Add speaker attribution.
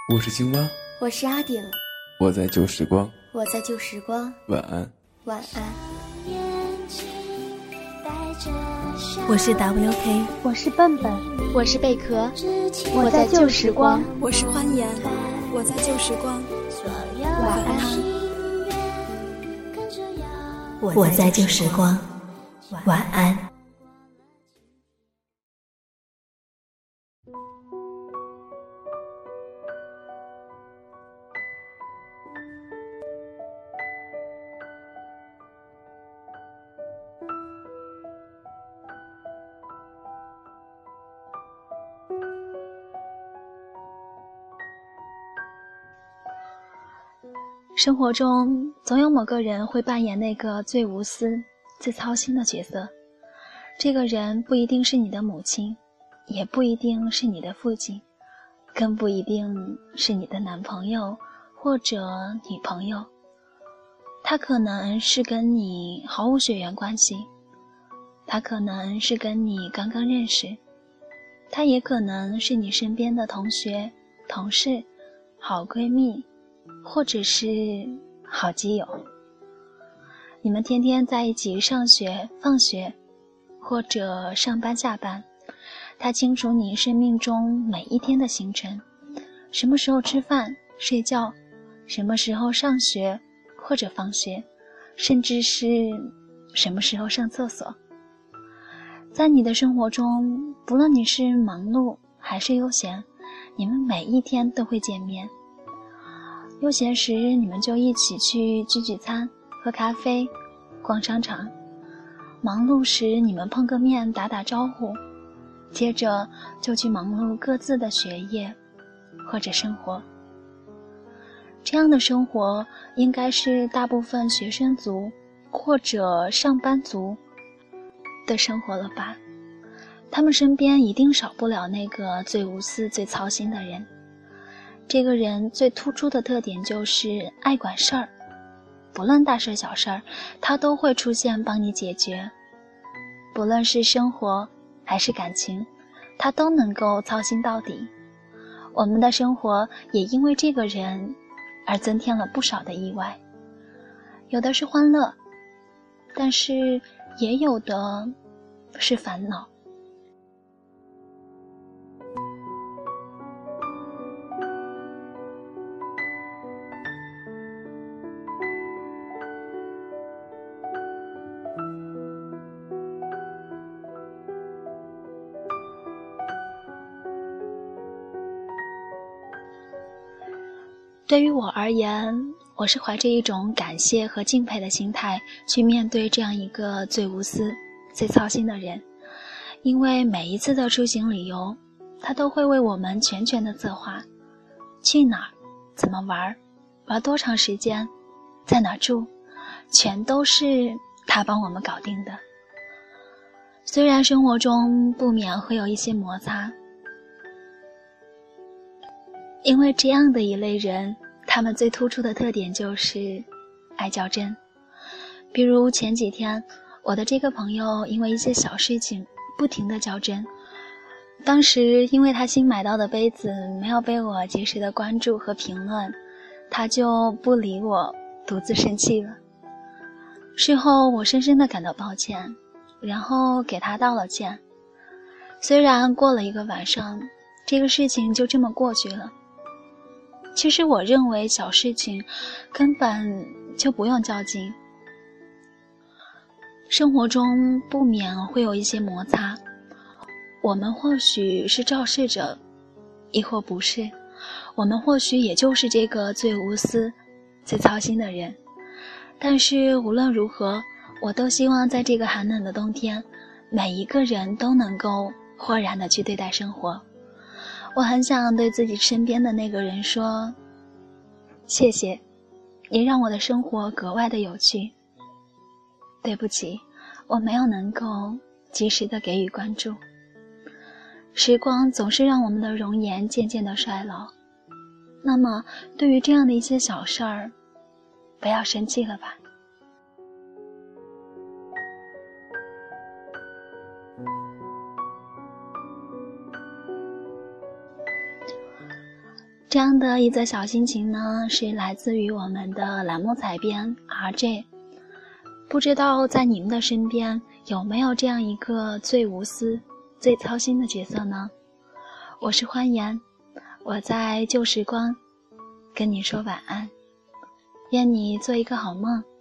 Speaker 1: 我是青蛙，
Speaker 2: 我是阿顶，
Speaker 1: 我在旧时光，
Speaker 2: 我在旧时光，
Speaker 1: 晚安，
Speaker 2: 晚安。
Speaker 3: 我是 WK，
Speaker 4: 我是笨笨，
Speaker 2: 我是贝壳，
Speaker 4: 我在旧时光，
Speaker 3: 我是欢颜，我在旧时光，
Speaker 4: 晚安。
Speaker 3: 我在旧时光，晚安。
Speaker 4: 生活中总有某个人会扮演那个最无私、最操心的角色。这个人不一定是你的母亲，也不一定是你的父亲，更不一定是你的男朋友或者女朋友。他可能是跟你毫无血缘关系，他可能是跟你刚刚认识，他也可能是你身边的同学、同事、好闺蜜，或者是好基友。你们天天在一起上学放学，或者上班下班，他清楚你生命中每一天的行程，什么时候吃饭睡觉，什么时候上学或者放学，甚至是什么时候上厕所。在你的生活中，不论你是忙碌还是悠闲，你们每一天都会见面。悠闲时你们就一起去聚聚餐，喝咖啡，逛商场。忙碌时你们碰个面打打招呼，接着就去忙碌各自的学业或者生活。这样的生活应该是大部分学生族或者上班族的生活了吧。他们身边一定少不了那个最无私最操心的人。这个人最突出的特点就是爱管事儿，不论大事小事儿，他都会出现帮你解决。不论是生活还是感情，他都能够操心到底。我们的生活也因为这个人而增添了不少的意外，有的是欢乐，但是也有的是烦恼。对于我而言，我是怀着一种感谢和敬佩的心态去面对这样一个最无私、最操心的人，因为每一次的出行旅游，他都会为我们全权的策划，去哪儿、怎么玩、玩多长时间、在哪儿住，全都是他帮我们搞定的。虽然生活中不免会有一些摩擦，因为这样的一类人，他们最突出的特点就是爱较真。比如前几天，我的这个朋友因为一些小事情不停地较真。当时因为他新买到的杯子没有被我及时的关注和评论，他就不理我，独自生气了。事后我深深地感到抱歉，然后给他道了歉。虽然过了一个晚上，这个事情就这么过去了。其实我认为小事情根本就不用较劲。生活中不免会有一些摩擦，我们或许是肇事者，亦或不是，我们或许也就是这个最无私、最操心的人。但是无论如何，我都希望在这个寒冷的冬天，每一个人都能够豁然地去对待生活。我很想对自己身边的那个人说，谢谢，你让我的生活格外的有趣。对不起，我没有能够及时的给予关注。时光总是让我们的容颜渐渐的衰老，那么对于这样的一些小事儿，不要生气了吧。 这样的一则小心情呢，是来自于我们的栏目采编 RJ。 不知道在你们的身边有没有这样一个最无私最操心的角色呢？我是欢颜，我在旧时光跟你说晚安，愿你做一个好梦。